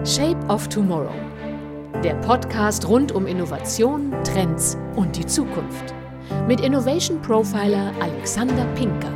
Shape of Tomorrow. Der Podcast rund um Innovation, Trends und die Zukunft. Mit Innovation Profiler Alexander Pinker.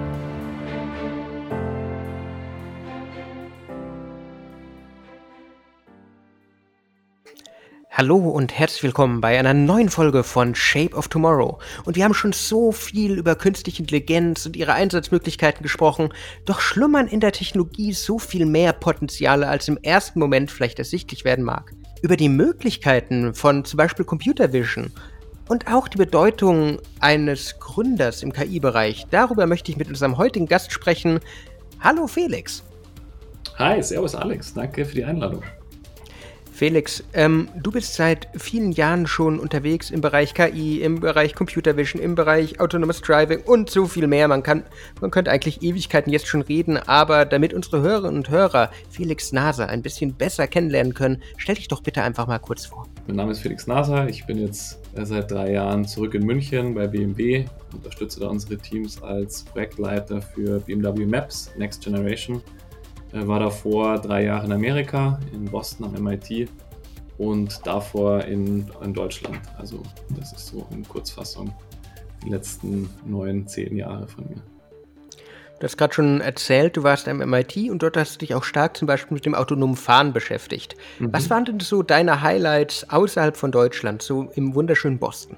Hallo und herzlich willkommen bei einer neuen Folge von Shape of Tomorrow. Und wir haben schon so viel über künstliche Intelligenz und ihre Einsatzmöglichkeiten gesprochen, doch schlummern in der Technologie so viel mehr Potenziale, als im ersten Moment vielleicht ersichtlich werden mag. Über die Möglichkeiten von zum Beispiel Computer Vision und auch die Bedeutung eines Gründers im KI-Bereich, darüber möchte ich mit unserem heutigen Gast sprechen. Hallo Felix. Hi, servus Alex, danke für die Einladung. Felix, du bist seit vielen Jahren schon unterwegs im Bereich KI, im Bereich Computer Vision, im Bereich Autonomous Driving und so viel mehr. Man könnte eigentlich Ewigkeiten jetzt schon reden, aber damit unsere Hörerinnen und Hörer Felix Naser ein bisschen besser kennenlernen können, stell dich doch bitte einfach mal kurz vor. Mein Name ist Felix Naser, ich bin jetzt seit 3 Jahren zurück in München bei BMW, unterstütze da unsere Teams als Projektleiter für BMW Maps Next Generation. War davor 3 Jahre in Amerika, in Boston am MIT und davor in Deutschland. Also das ist so in Kurzfassung die letzten 9, 10 Jahre von mir. Du hast gerade schon erzählt, du warst am MIT und dort hast du dich auch stark zum Beispiel mit dem autonomen Fahren beschäftigt. Was waren denn so deine Highlights außerhalb von Deutschland, so im wunderschönen Boston?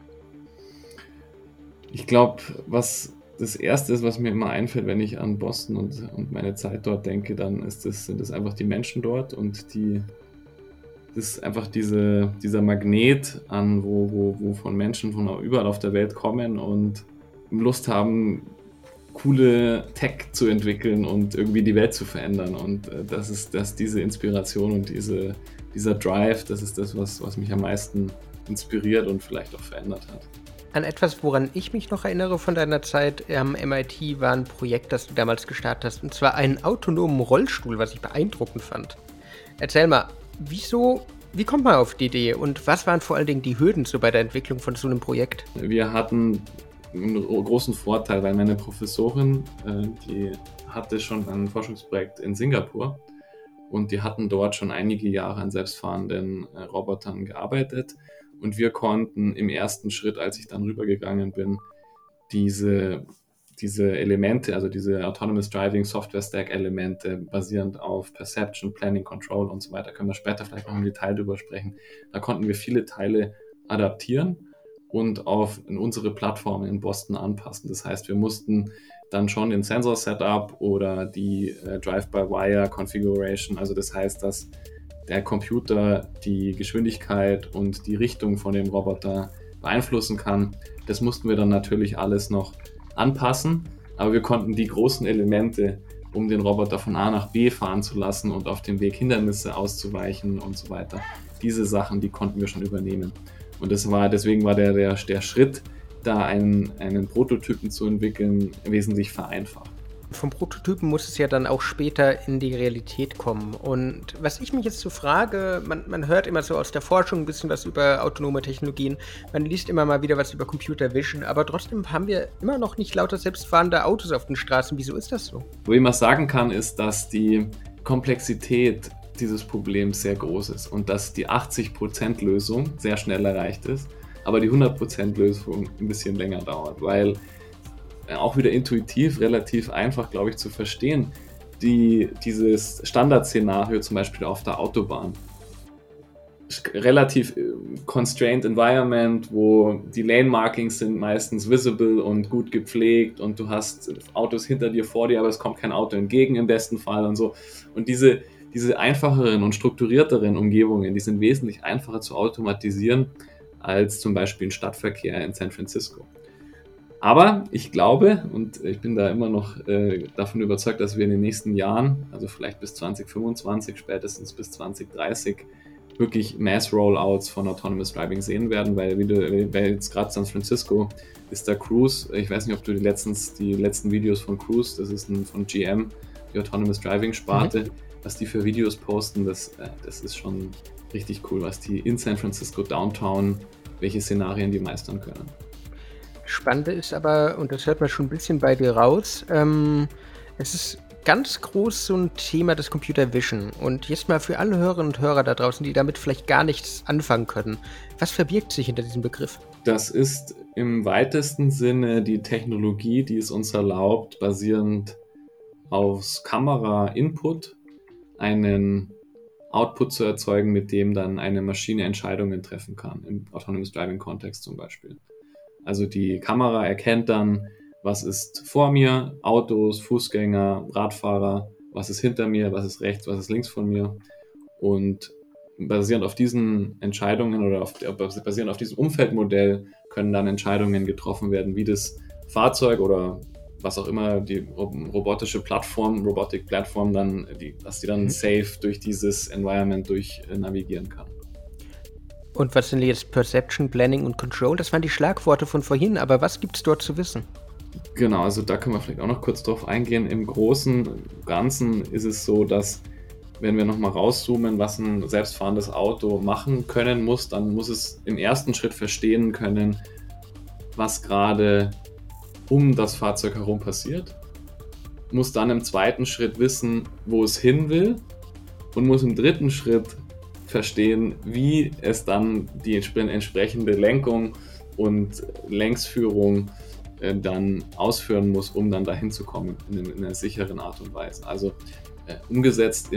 Ich glaube, was das Erste ist, was mir immer einfällt, wenn ich an Boston und meine Zeit dort denke, dann sind das einfach die Menschen dort und das ist einfach dieser Magnet an, wo von Menschen von überall auf der Welt kommen und Lust haben, coole Tech zu entwickeln und irgendwie die Welt zu verändern. Und das ist diese Inspiration und dieser Drive, das ist das, was mich am meisten inspiriert und vielleicht auch verändert hat. An etwas, woran ich mich noch erinnere von deiner Zeit am MIT, war ein Projekt, das du damals gestartet hast, und zwar einen autonomen Rollstuhl, was ich beeindruckend fand. Erzähl mal, wie kommt man auf die Idee und was waren vor allen Dingen die Hürden so bei der Entwicklung von so einem Projekt? Wir hatten einen großen Vorteil, weil meine Professorin, die hatte schon ein Forschungsprojekt in Singapur und die hatten dort schon einige Jahre an selbstfahrenden Robotern gearbeitet. Und wir konnten im ersten Schritt, als ich dann rübergegangen bin, diese Elemente, also diese Autonomous Driving Software Stack Elemente basierend auf Perception, Planning, Control und so weiter, können wir später vielleicht noch im Detail drüber sprechen. Da konnten wir viele Teile adaptieren und in unsere Plattform in Boston anpassen. Das heißt, wir mussten dann schon den Sensor Setup oder die Drive-by-Wire Configuration, also das heißt, dass der Computer die Geschwindigkeit und die Richtung von dem Roboter beeinflussen kann. Das mussten wir dann natürlich alles noch anpassen, aber wir konnten die großen Elemente, um den Roboter von A nach B fahren zu lassen und auf dem Weg Hindernisse auszuweichen und so weiter, diese Sachen, die konnten wir schon übernehmen. Und deswegen war der Schritt, da einen Prototypen zu entwickeln, wesentlich vereinfacht. Vom Prototypen muss es ja dann auch später in die Realität kommen. Und was ich mich jetzt so frage, man hört immer so aus der Forschung ein bisschen was über autonome Technologien, man liest immer mal wieder was über Computer Vision, aber trotzdem haben wir immer noch nicht lauter selbstfahrende Autos auf den Straßen. Wieso ist das so? Wo ich mal sagen kann, ist, dass die Komplexität dieses Problems sehr groß ist und dass die 80% Lösung sehr schnell erreicht ist, aber die 100% Lösung ein bisschen länger dauert, weil auch wieder intuitiv, relativ einfach, glaube ich, zu verstehen, dieses Standardszenario zum Beispiel auf der Autobahn. Relativ constrained environment, wo die Lane Markings sind meistens visible und gut gepflegt und du hast Autos hinter dir, vor dir, aber es kommt kein Auto entgegen im besten Fall und so. Und diese einfacheren und strukturierteren Umgebungen, die sind wesentlich einfacher zu automatisieren als zum Beispiel ein Stadtverkehr in San Francisco. Aber ich glaube, und ich bin da immer noch davon überzeugt, dass wir in den nächsten Jahren, also vielleicht bis 2025, spätestens bis 2030, wirklich Mass-Rollouts von Autonomous Driving sehen werden, weil jetzt gerade San Francisco ist da Cruise, ich weiß nicht, ob du die letzten Videos von Cruise, das ist von GM, die Autonomous Driving Sparte, was die für Videos posten, das ist schon richtig cool, was die in San Francisco Downtown, welche Szenarien die meistern können. Spannende ist aber, und das hört man schon ein bisschen bei dir raus, es ist ganz groß so ein Thema des Computer Vision. Und jetzt mal für alle Hörerinnen und Hörer da draußen, die damit vielleicht gar nichts anfangen können. Was verbirgt sich hinter diesem Begriff? Das ist im weitesten Sinne die Technologie, die es uns erlaubt, basierend aufs Kamera-Input einen Output zu erzeugen, mit dem dann eine Maschine Entscheidungen treffen kann, im Autonomous Driving-Kontext zum Beispiel. Also die Kamera erkennt dann, was ist vor mir, Autos, Fußgänger, Radfahrer, was ist hinter mir, was ist rechts, was ist links von mir. Und basierend auf diesen Entscheidungen oder basierend auf diesem Umfeldmodell können dann Entscheidungen getroffen werden, wie das Fahrzeug oder was auch immer die robotische Plattform, Robotic Platform dann, dass die dann safe durch dieses Environment navigieren kann. Und was sind jetzt Perception, Planning und Control? Das waren die Schlagworte von vorhin, aber was gibt es dort zu wissen? Genau, also da können wir vielleicht auch noch kurz drauf eingehen. Im Großen und Ganzen ist es so, dass wenn wir nochmal rauszoomen, was ein selbstfahrendes Auto machen können muss, dann muss es im ersten Schritt verstehen können, was gerade um das Fahrzeug herum passiert, muss dann im zweiten Schritt wissen, wo es hin will und muss im dritten Schritt verstehen, wie es dann die entsprechende Lenkung und Längsführung dann ausführen muss, um dann dahin zu kommen in einer sicheren Art und Weise. Also umgesetzt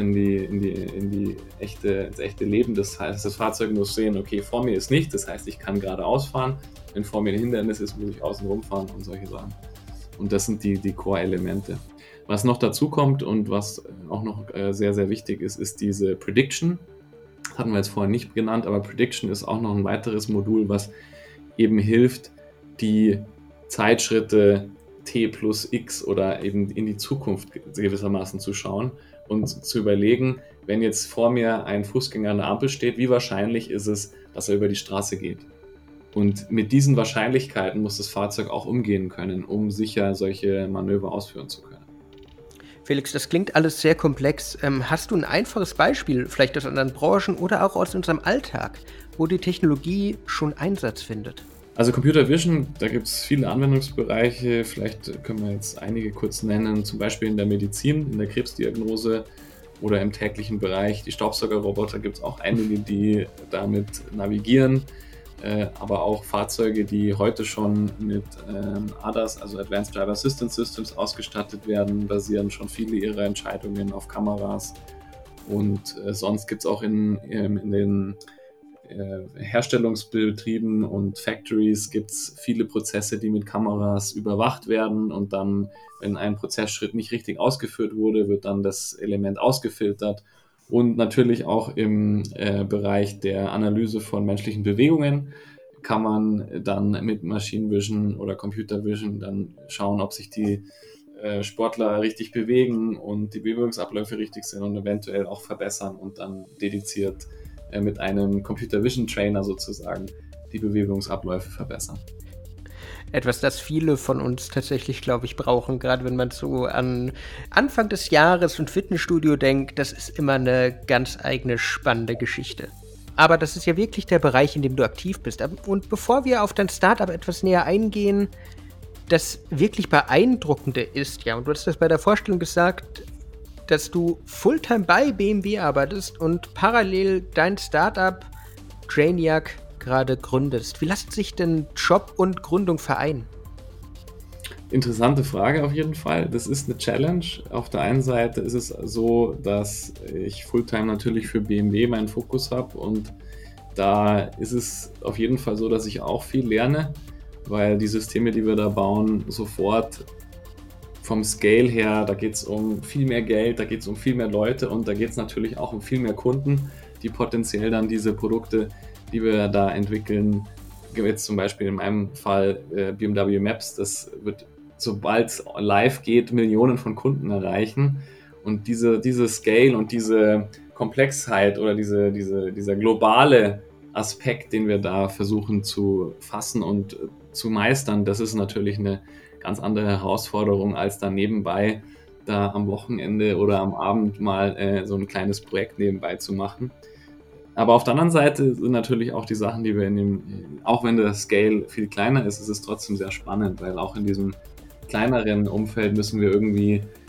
ins echte Leben. Das heißt, das Fahrzeug muss sehen, okay, vor mir ist nichts, das heißt, ich kann geradeaus fahren. Wenn vor mir ein Hindernis ist, muss ich außen rumfahren und solche Sachen. Und das sind die Core-Elemente. Was noch dazu kommt und was auch noch sehr, sehr wichtig ist, ist diese Prediction. Das hatten wir jetzt vorher nicht genannt, aber Prediction ist auch noch ein weiteres Modul, was eben hilft, die Zeitschritte T plus X oder eben in die Zukunft gewissermaßen zu schauen und zu überlegen, wenn jetzt vor mir ein Fußgänger an der Ampel steht, wie wahrscheinlich ist es, dass er über die Straße geht? Und mit diesen Wahrscheinlichkeiten muss das Fahrzeug auch umgehen können, um sicher solche Manöver ausführen zu können. Felix, das klingt alles sehr komplex. Hast du ein einfaches Beispiel, vielleicht aus anderen Branchen oder auch aus unserem Alltag, wo die Technologie schon Einsatz findet? Also Computer Vision, da gibt es viele Anwendungsbereiche, vielleicht können wir jetzt einige kurz nennen, zum Beispiel in der Medizin, in der Krebsdiagnose oder im täglichen Bereich. Die Staubsaugerroboter gibt es auch einige, die damit navigieren, aber auch Fahrzeuge, die heute schon mit ADAS, also Advanced Driver Assistance Systems, ausgestattet werden, basieren schon viele ihrer Entscheidungen auf Kameras. Und sonst gibt es auch in den Herstellungsbetrieben und Factories gibt es viele Prozesse, die mit Kameras überwacht werden und dann, wenn ein Prozessschritt nicht richtig ausgeführt wurde, wird dann das Element ausgefiltert. Und natürlich auch im Bereich der Analyse von menschlichen Bewegungen kann man dann mit Machine Vision oder Computer Vision dann schauen, ob sich die Sportler richtig bewegen und die Bewegungsabläufe richtig sind und eventuell auch verbessern und dann dediziert mit einem Computer Vision Trainer sozusagen die Bewegungsabläufe verbessern. Etwas, das viele von uns tatsächlich, glaube ich, brauchen, gerade wenn man so an Anfang des Jahres und Fitnessstudio denkt, das ist immer eine ganz eigene spannende Geschichte. Aber das ist ja wirklich der Bereich, in dem du aktiv bist. Und bevor wir auf dein Startup etwas näher eingehen, das wirklich Beeindruckende ist, ja, und du hast das bei der Vorstellung gesagt, dass du Fulltime bei BMW arbeitest und parallel dein Startup Trainiac gerade gründest. Wie lassen sich denn Job und Gründung vereinen? Interessante Frage auf jeden Fall. Das ist eine Challenge. Auf der einen Seite ist es so, dass ich Fulltime natürlich für BMW meinen Fokus habe und da ist es auf jeden Fall so, dass ich auch viel lerne, weil die Systeme, die wir da bauen, sofort vom Scale her, da geht es um viel mehr Geld, da geht es um viel mehr Leute und da geht es natürlich auch um viel mehr Kunden, die potenziell dann diese Produkte, die wir da entwickeln, jetzt zum Beispiel in meinem Fall BMW Maps, das wird, sobald es live geht, Millionen von Kunden erreichen und diese Scale und diese Komplexheit oder dieser globale Aspekt, den wir da versuchen zu fassen und zu meistern, das ist natürlich eine ganz andere Herausforderung, als dann nebenbei da am Wochenende oder am Abend mal so ein kleines Projekt nebenbei zu machen. Aber auf der anderen Seite sind natürlich auch die Sachen, die wir auch wenn der Scale viel kleiner ist, ist es trotzdem sehr spannend, weil auch in diesem kleineren Umfeld müssen wir irgendwie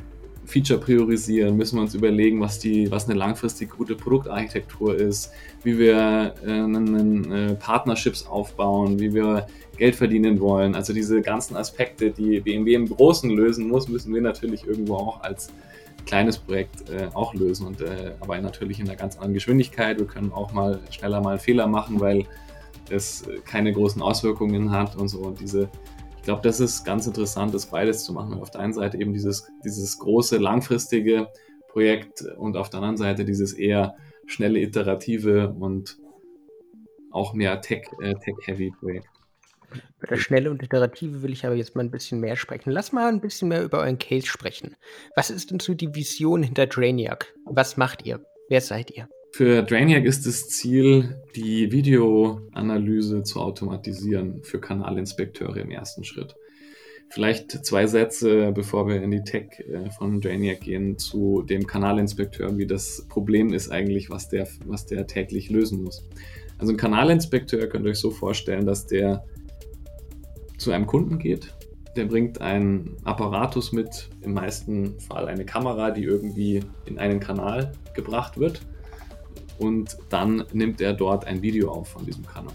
Feature priorisieren, müssen wir uns überlegen, was eine langfristig gute Produktarchitektur ist, wie wir Partnerships aufbauen, wie wir Geld verdienen wollen. Also diese ganzen Aspekte, die BMW im Großen lösen muss, müssen wir natürlich irgendwo auch als kleines Projekt auch lösen, aber natürlich in einer ganz anderen Geschwindigkeit. Wir können auch mal schneller mal einen Fehler machen, weil es keine großen Auswirkungen hat und so. Und ich glaube, das ist ganz interessant, das beides zu machen. Auf der einen Seite eben dieses große, langfristige Projekt und auf der anderen Seite dieses eher schnelle, iterative und auch mehr Tech-heavy Projekt. Über das schnelle und iterative will ich aber jetzt mal ein bisschen mehr sprechen. Lass mal ein bisschen mehr über euren Case sprechen. Was ist denn so die Vision hinter Drainiac? Was macht ihr? Wer seid ihr? Für Drainiac ist das Ziel, die Videoanalyse zu automatisieren für Kanalinspekteure im ersten Schritt. Vielleicht 2 Sätze, bevor wir in die Tech von Drainiac gehen, zu dem Kanalinspekteur, wie das Problem ist eigentlich, was der täglich lösen muss. Also ein Kanalinspekteur könnt ihr euch so vorstellen, dass der zu einem Kunden geht, der bringt einen Apparatus mit, im meisten Fall eine Kamera, die irgendwie in einen Kanal gebracht wird. Und dann nimmt er dort ein Video auf von diesem Kanal.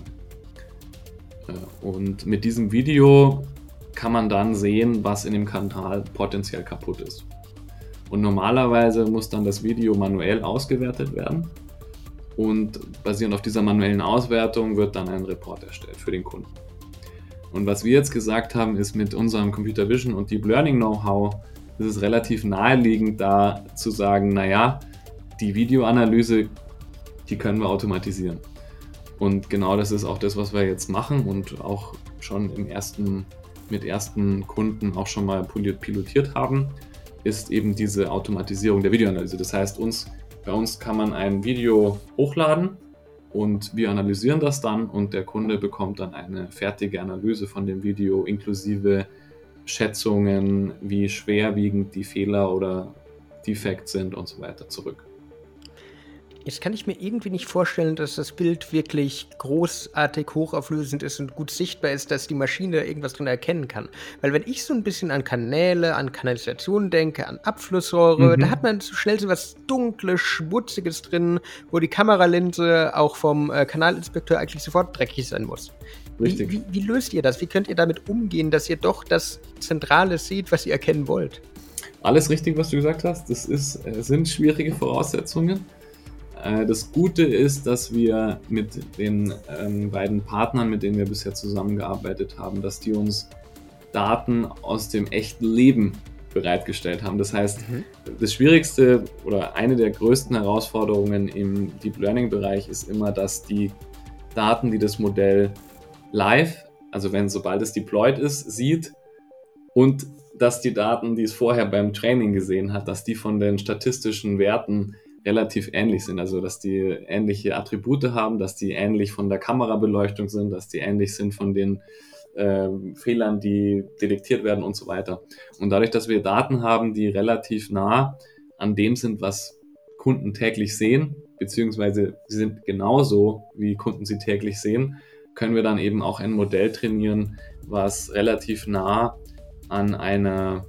Und mit diesem Video kann man dann sehen, was in dem Kanal potenziell kaputt ist. Und normalerweise muss dann das Video manuell ausgewertet werden. Und basierend auf dieser manuellen Auswertung wird dann ein Report erstellt für den Kunden. Und was wir jetzt gesagt haben, ist, mit unserem Computer Vision und Deep Learning Know-how ist es relativ naheliegend, da zu sagen, naja, die Videoanalyse, die können wir automatisieren. Und genau das ist auch das, was wir jetzt machen und auch schon mit ersten Kunden auch schon mal pilotiert haben, ist eben diese Automatisierung der Videoanalyse. Das heißt, bei uns kann man ein Video hochladen und wir analysieren das dann und der Kunde bekommt dann eine fertige Analyse von dem Video inklusive Schätzungen, wie schwerwiegend die Fehler oder Defects sind und so weiter zurück. Jetzt kann ich mir irgendwie nicht vorstellen, dass das Bild wirklich großartig hochauflösend ist und gut sichtbar ist, dass die Maschine irgendwas drin erkennen kann. Weil wenn ich so ein bisschen an Kanäle, an Kanalisation denke, an Abflussrohre, da hat man so schnell so was Dunkles, Schmutziges drin, wo die Kameralinse auch vom Kanalinspekteur eigentlich sofort dreckig sein muss. Richtig. Wie löst ihr das? Wie könnt ihr damit umgehen, dass ihr doch das Zentrale seht, was ihr erkennen wollt? Alles richtig, was du gesagt hast. Das sind schwierige Voraussetzungen. Das Gute ist, dass wir mit den beiden Partnern, mit denen wir bisher zusammengearbeitet haben, dass die uns Daten aus dem echten Leben bereitgestellt haben. Das heißt, das Schwierigste oder eine der größten Herausforderungen im Deep Learning Bereich ist immer, dass die Daten, die das Modell live, also sobald es deployed ist, sieht, und dass die Daten, die es vorher beim Training gesehen hat, dass die von den statistischen Werten relativ ähnlich sind, also dass die ähnliche Attribute haben, dass die ähnlich von der Kamerabeleuchtung sind, dass die ähnlich sind von den Fehlern, die detektiert werden und so weiter. Und dadurch, dass wir Daten haben, die relativ nah an dem sind, was Kunden täglich sehen, beziehungsweise sie sind genauso, wie Kunden sie täglich sehen, können wir dann eben auch ein Modell trainieren, was relativ nah an einer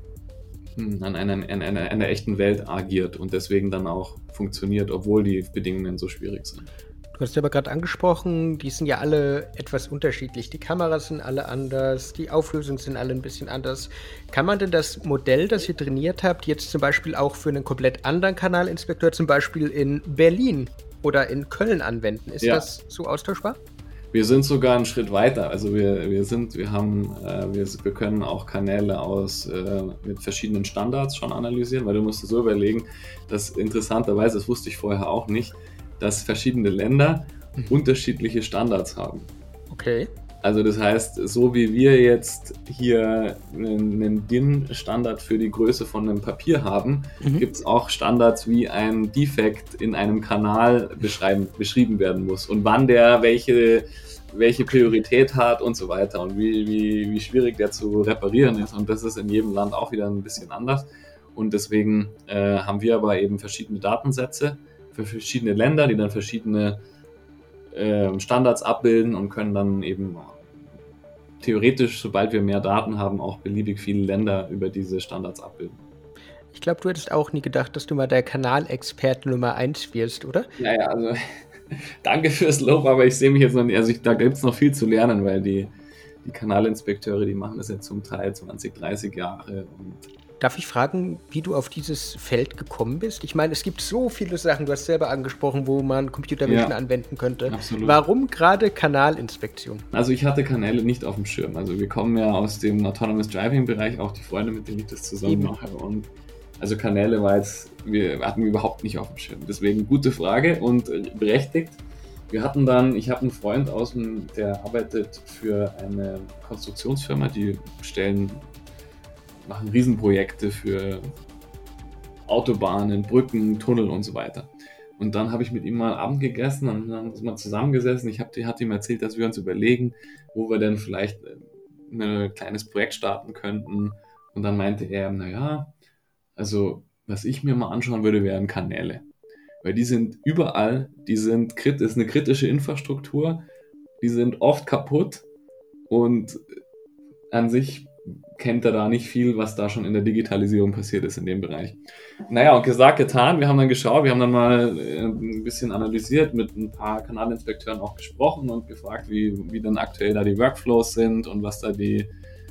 echten Welt agiert und deswegen dann auch funktioniert, obwohl die Bedingungen so schwierig sind. Du hast ja aber gerade angesprochen, die sind ja alle etwas unterschiedlich. Die Kameras sind alle anders, die Auflösungen sind alle ein bisschen anders. Kann man denn das Modell, das ihr trainiert habt, jetzt zum Beispiel auch für einen komplett anderen Kanalinspekteur, zum Beispiel in Berlin oder in Köln anwenden? Ist das so austauschbar? Wir sind sogar einen Schritt weiter. Also wir können auch Kanäle mit verschiedenen Standards schon analysieren, weil du musst dir so überlegen, dass interessanterweise, das wusste ich vorher auch nicht, dass verschiedene Länder unterschiedliche Standards haben. Okay. Also das heißt, so wie wir jetzt hier einen DIN-Standard für die Größe von einem Papier haben, gibt es auch Standards, wie ein Defekt in einem Kanal beschrieben werden muss und wann der welche Priorität hat und so weiter und wie schwierig der zu reparieren ist. Und das ist in jedem Land auch wieder ein bisschen anders. Und deswegen haben wir aber eben verschiedene Datensätze für verschiedene Länder, die dann verschiedene Standards abbilden und können dann eben theoretisch, sobald wir mehr Daten haben, auch beliebig viele Länder über diese Standards abbilden. Ich glaube, du hättest auch nie gedacht, dass du mal der Kanalexperte Nummer 1 wirst, oder? Ja, also danke fürs Lob, aber ich sehe mich jetzt noch nicht, also da gibt es noch viel zu lernen, weil die Kanalinspekteure, die machen das jetzt zum Teil 20, 30 Jahre. Und darf ich fragen, wie du auf dieses Feld gekommen bist? Ich meine, es gibt so viele Sachen, du hast selber angesprochen, wo man Computer Vision anwenden könnte. Absolut. Warum gerade Kanalinspektion? Also ich hatte Kanäle nicht auf dem Schirm. Also wir kommen ja aus dem Autonomous Driving Bereich, auch die Freunde, mit denen ich das zusammen mache. Und also Kanäle hatten wir überhaupt nicht auf dem Schirm. Deswegen gute Frage und berechtigt. Ich habe einen Freund der arbeitet für eine Konstruktionsfirma, die machen Riesenprojekte für Autobahnen, Brücken, Tunnel und so weiter. Und dann habe ich mit ihm mal Abend gegessen und dann haben wir mal zusammengesessen. Ich hatte ihm erzählt, dass wir uns überlegen, wo wir denn vielleicht ein kleines Projekt starten könnten. Und dann meinte er, naja, also was ich mir mal anschauen würde, wären Kanäle. Weil die sind überall, ist eine kritische Infrastruktur, die sind oft kaputt und an sich kennt er da nicht viel, was da schon in der Digitalisierung passiert ist in dem Bereich. Naja, und gesagt, getan, wir haben dann geschaut, wir haben dann mal ein bisschen analysiert, mit ein paar Kanalinspekteuren auch gesprochen und gefragt, wie denn aktuell da die Workflows sind und was da die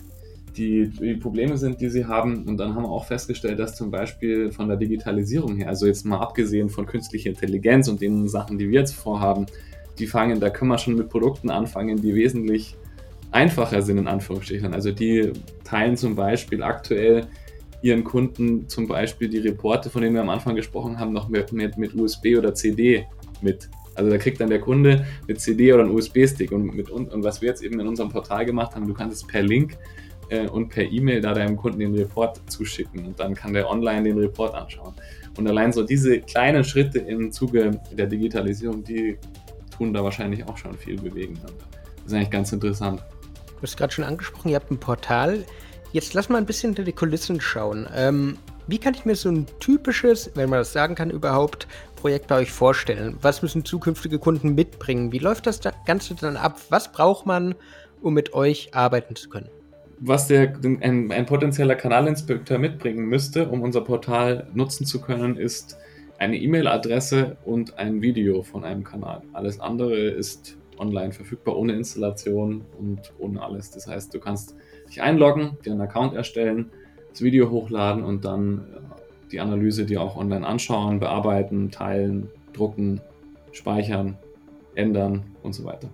Probleme sind, die sie haben. Und dann haben wir auch festgestellt, dass zum Beispiel von der Digitalisierung her, also jetzt mal abgesehen von künstlicher Intelligenz und den Sachen, die wir jetzt vorhaben, da können wir schon mit Produkten anfangen, die wesentlich einfacher sind, in Anführungsstrichen. Also die teilen zum Beispiel aktuell ihren Kunden zum Beispiel die Reporte, von denen wir am Anfang gesprochen haben, noch mit USB oder CD mit. Also da kriegt dann der Kunde mit CD oder einen USB-Stick und was wir jetzt eben in unserem Portal gemacht haben, du kannst es per Link und per E-Mail da deinem Kunden den Report zuschicken und dann kann der online den Report anschauen. Und allein so diese kleinen Schritte im Zuge der Digitalisierung, die tun da wahrscheinlich auch schon viel bewegen. Das ist eigentlich ganz interessant. Du hast gerade schon angesprochen, ihr habt ein Portal. Jetzt lass mal ein bisschen hinter die Kulissen schauen. Wie kann ich mir so ein typisches, wenn man das sagen kann überhaupt, Projekt bei euch vorstellen? Was müssen zukünftige Kunden mitbringen? Wie läuft das Ganze dann ab? Was braucht man, um mit euch arbeiten zu können? Was ein potenzieller Kanalinspekteur mitbringen müsste, um unser Portal nutzen zu können, ist eine E-Mail-Adresse und ein Video von einem Kanal. Alles andere ist online verfügbar, ohne Installation und ohne alles. Das heißt, du kannst dich einloggen, dir einen Account erstellen, das Video hochladen und dann die Analyse dir auch online anschauen, bearbeiten, teilen, drucken, speichern, ändern und so weiter.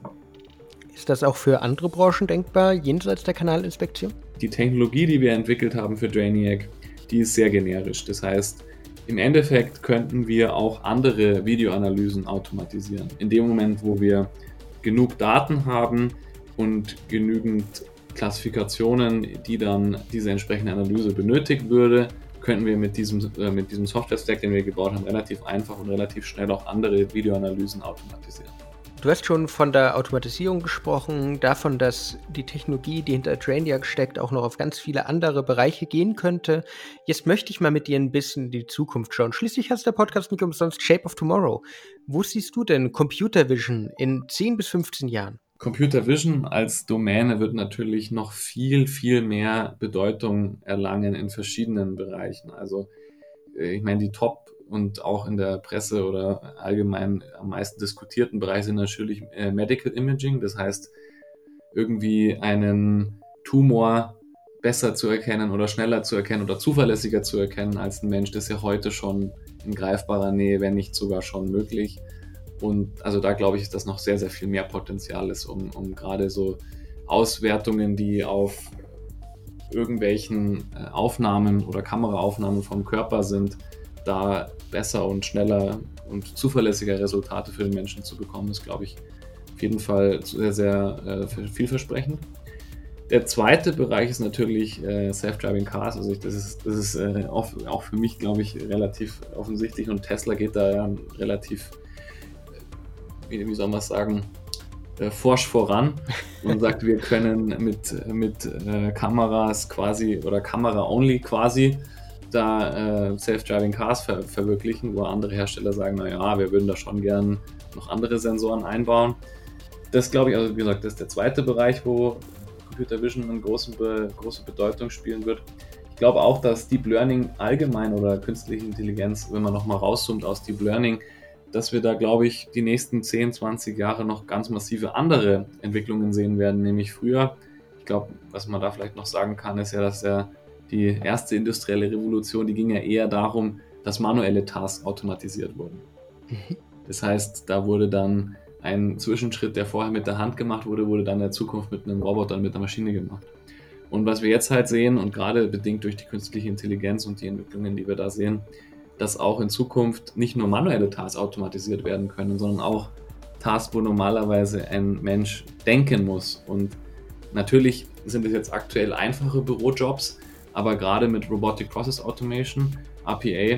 Ist das auch für andere Branchen denkbar, jenseits der Kanalinspektion? Die Technologie, die wir entwickelt haben für Drainiac, die ist sehr generisch. Das heißt, im Endeffekt könnten wir auch andere Videoanalysen automatisieren. In dem Moment, wo wir genug Daten haben und genügend Klassifikationen, die dann diese entsprechende Analyse benötigt würde, könnten wir mit diesem Software-Stack, den wir gebaut haben, relativ einfach und relativ schnell auch andere Videoanalysen automatisieren. Du hast schon von der Automatisierung gesprochen, davon, dass die Technologie, die hinter Drainiac steckt, auch noch auf ganz viele andere Bereiche gehen könnte. Jetzt möchte ich mal mit dir ein bisschen in die Zukunft schauen. Schließlich heißt der Podcast nicht umsonst Shape of Tomorrow. Wo siehst du denn Computer Vision in 10 bis 15 Jahren? Computer Vision als Domäne wird natürlich noch viel, viel mehr Bedeutung erlangen in verschiedenen Bereichen. Also ich meine, die Top- und auch in der Presse oder allgemein am meisten diskutierten Bereich sind natürlich Medical Imaging. Das heißt, irgendwie einen Tumor besser zu erkennen oder schneller zu erkennen oder zuverlässiger zu erkennen als ein Mensch. Das ist ja heute schon in greifbarer Nähe, wenn nicht sogar schon möglich. Und also da glaube ich, ist das noch sehr, sehr viel mehr Potenzial ist, um gerade so Auswertungen, die auf irgendwelchen Aufnahmen oder Kameraaufnahmen vom Körper sind, da besser und schneller und zuverlässiger Resultate für den Menschen zu bekommen, ist, glaube ich, auf jeden Fall sehr, sehr vielversprechend. Der zweite Bereich ist natürlich Self-Driving Cars. Also das ist auch für mich, glaube ich, relativ offensichtlich und Tesla geht da ja relativ, wie soll man es sagen, forsch voran und sagt, wir können mit Kameras quasi oder Kamera-only quasi da Self-Driving Cars verwirklichen, wo andere Hersteller sagen, naja, wir würden da schon gern noch andere Sensoren einbauen. Das glaube ich, also wie gesagt, das ist der zweite Bereich, wo Computer Vision eine große Bedeutung spielen wird. Ich glaube auch, dass Deep Learning allgemein oder künstliche Intelligenz, wenn man nochmal rauszoomt aus Deep Learning, dass wir da, glaube ich, die nächsten 10, 20 Jahre noch ganz massive andere Entwicklungen sehen werden, nämlich früher. Ich glaube, was man da vielleicht noch sagen kann, ist ja, dass die erste industrielle Revolution, die ging ja eher darum, dass manuelle Tasks automatisiert wurden. Das heißt, da wurde dann ein Zwischenschritt, der vorher mit der Hand gemacht wurde dann in der Zukunft mit einem Roboter und mit einer Maschine gemacht. Und was wir jetzt halt sehen, und gerade bedingt durch die künstliche Intelligenz und die Entwicklungen, die wir da sehen, dass auch in Zukunft nicht nur manuelle Tasks automatisiert werden können, sondern auch Tasks, wo normalerweise ein Mensch denken muss. Und natürlich sind es jetzt aktuell einfache Bürojobs, aber gerade mit Robotic Process Automation, RPA,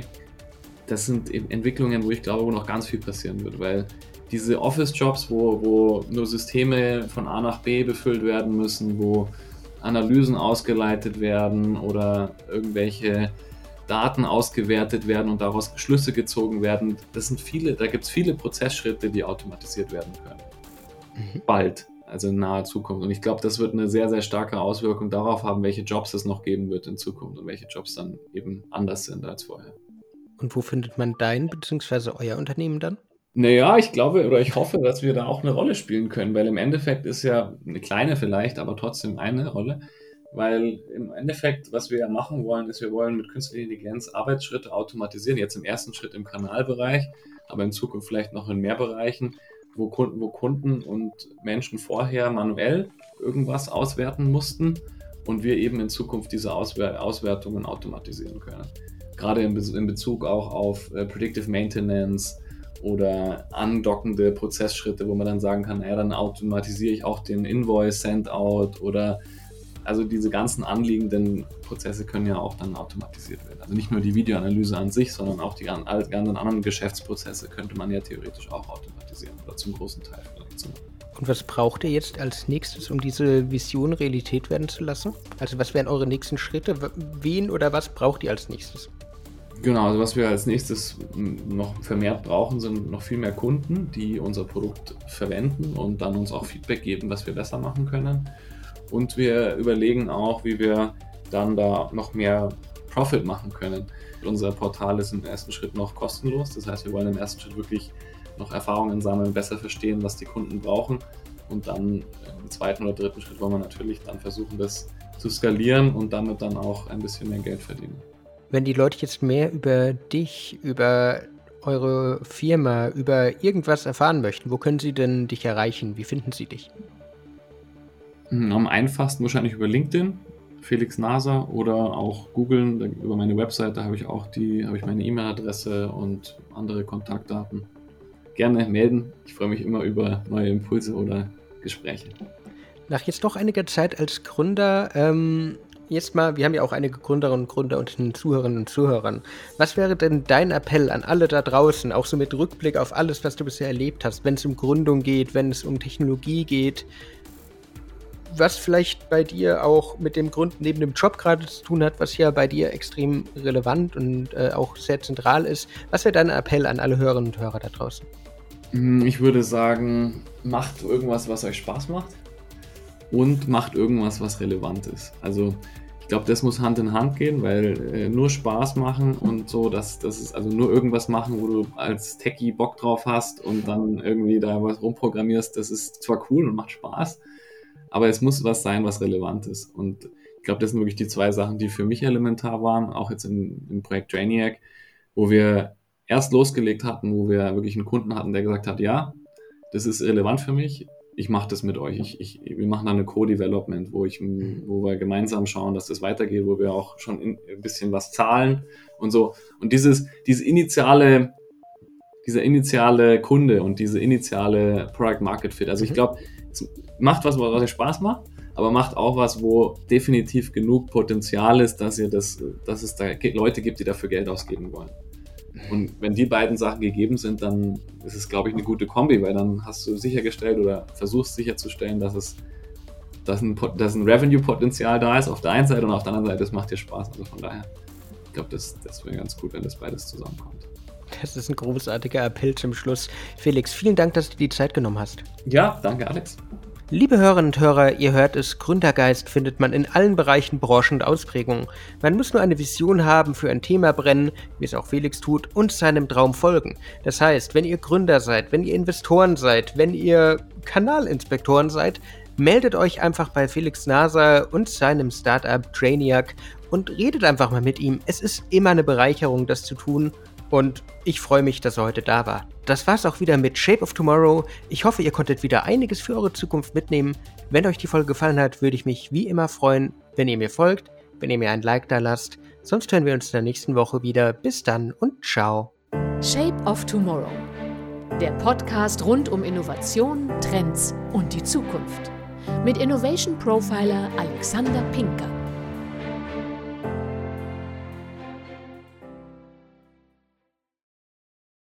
das sind Entwicklungen, wo ich glaube, wo noch ganz viel passieren wird, weil diese Office-Jobs, wo nur Systeme von A nach B befüllt werden müssen, wo Analysen ausgeleitet werden oder irgendwelche Daten ausgewertet werden und daraus Schlüsse gezogen werden, da gibt es viele Prozessschritte, die automatisiert werden können. Bald, also in naher Zukunft. Und ich glaube, das wird eine sehr, sehr starke Auswirkung darauf haben, welche Jobs es noch geben wird in Zukunft und welche Jobs dann eben anders sind als vorher. Und wo findet man dein bzw. euer Unternehmen dann? Naja, ich glaube oder ich hoffe, dass wir da auch eine Rolle spielen können, weil im Endeffekt ist ja eine kleine vielleicht, aber trotzdem eine Rolle, weil im Endeffekt, was wir ja machen wollen, ist, wir wollen mit künstlicher Intelligenz Arbeitsschritte automatisieren, jetzt im ersten Schritt im Kanalbereich, aber in Zukunft vielleicht noch in mehr Bereichen, wo Kunden und Menschen vorher manuell irgendwas auswerten mussten und wir eben in Zukunft diese Auswertungen automatisieren können. Gerade in Bezug auch auf Predictive Maintenance oder andockende Prozessschritte, wo man dann sagen kann, dann automatisiere ich auch den Invoice Send-Out oder also diese ganzen anliegenden Prozesse können ja auch dann automatisiert werden. Also nicht nur die Videoanalyse an sich, sondern auch die ganzen anderen Geschäftsprozesse könnte man ja theoretisch auch automatisieren oder zum großen Teil vielleicht so. Und was braucht ihr jetzt als nächstes, um diese Vision Realität werden zu lassen? Also was wären eure nächsten Schritte? Wen oder was braucht ihr als nächstes? Genau, also was wir als nächstes noch vermehrt brauchen, sind noch viel mehr Kunden, die unser Produkt verwenden und dann uns auch Feedback geben, was wir besser machen können. Und wir überlegen auch, wie wir dann da noch mehr Profit machen können. Unser Portal ist im ersten Schritt noch kostenlos, das heißt, wir wollen im ersten Schritt wirklich noch Erfahrungen sammeln, besser verstehen, was die Kunden brauchen. Und dann im zweiten oder dritten Schritt wollen wir natürlich dann versuchen, das zu skalieren und damit dann auch ein bisschen mehr Geld verdienen. Wenn die Leute jetzt mehr über dich, über eure Firma, über irgendwas erfahren möchten, wo können sie denn dich erreichen? Wie finden sie dich? Am einfachsten wahrscheinlich über LinkedIn, Felix Naser, oder auch googeln. Über meine Webseite habe ich meine E-Mail-Adresse und andere Kontaktdaten. Gerne melden. Ich freue mich immer über neue Impulse oder Gespräche. Nach jetzt doch einiger Zeit als Gründer, jetzt mal, wir haben ja auch einige Gründerinnen und Gründer unter den Zuhörerinnen und Zuhörern. Was wäre denn dein Appell an alle da draußen, auch so mit Rückblick auf alles, was du bisher erlebt hast, wenn es um Gründung geht, wenn es um Technologie geht, was vielleicht bei dir auch mit dem Gründen neben dem Job gerade zu tun hat, was ja bei dir extrem relevant und auch sehr zentral ist. Was wäre dein Appell an alle Hörerinnen und Hörer da draußen? Ich würde sagen, macht irgendwas, was euch Spaß macht und macht irgendwas, was relevant ist. Also ich glaube, das muss Hand in Hand gehen, weil nur Spaß machen und so, das ist also nur irgendwas machen, wo du als Techie Bock drauf hast und dann irgendwie da was rumprogrammierst, das ist zwar cool und macht Spaß, aber es muss was sein, was relevant ist. Und ich glaube, das sind wirklich die zwei Sachen, die für mich elementar waren, auch jetzt im Projekt Trainiac, wo wir erst losgelegt hatten, wo wir wirklich einen Kunden hatten, der gesagt hat, ja, das ist relevant für mich, ich mache das mit euch. Wir machen dann eine Co-Development, wo wir gemeinsam schauen, dass das weitergeht, wo wir auch schon ein bisschen was zahlen und so. Und dieser initiale Kunde und diese initiale Product Market Fit, also ich glaube, macht was euch Spaß macht, aber macht auch was, wo definitiv genug Potenzial ist, dass es da Leute gibt, die dafür Geld ausgeben wollen. Und wenn die beiden Sachen gegeben sind, dann ist es, glaube ich, eine gute Kombi, weil dann hast du sichergestellt oder versuchst sicherzustellen, dass ein Revenue-Potenzial da ist auf der einen Seite und auf der anderen Seite, es macht dir Spaß. Also von daher, ich glaube, das wäre ganz gut, wenn das beides zusammenkommt. Das ist ein großartiger Appell zum Schluss. Felix, vielen Dank, dass du dir die Zeit genommen hast. Ja, danke, Alex. Liebe Hörerinnen und Hörer, ihr hört es, Gründergeist findet man in allen Bereichen, Branchen und Ausprägungen. Man muss nur eine Vision haben, für ein Thema brennen, wie es auch Felix tut, und seinem Traum folgen. Das heißt, wenn ihr Gründer seid, wenn ihr Investoren seid, wenn ihr Kanalinspektoren seid, meldet euch einfach bei Felix Naser und seinem Startup Trainiac und redet einfach mal mit ihm. Es ist immer eine Bereicherung, das zu tun. Und ich freue mich, dass er heute da war. Das war's auch wieder mit Shape of Tomorrow. Ich hoffe, ihr konntet wieder einiges für eure Zukunft mitnehmen. Wenn euch die Folge gefallen hat, würde ich mich wie immer freuen, wenn ihr mir folgt, wenn ihr mir ein Like da lasst. Sonst hören wir uns in der nächsten Woche wieder. Bis dann und ciao. Shape of Tomorrow. Der Podcast rund um Innovation, Trends und die Zukunft. Mit Innovation Profiler Alexander Pinker.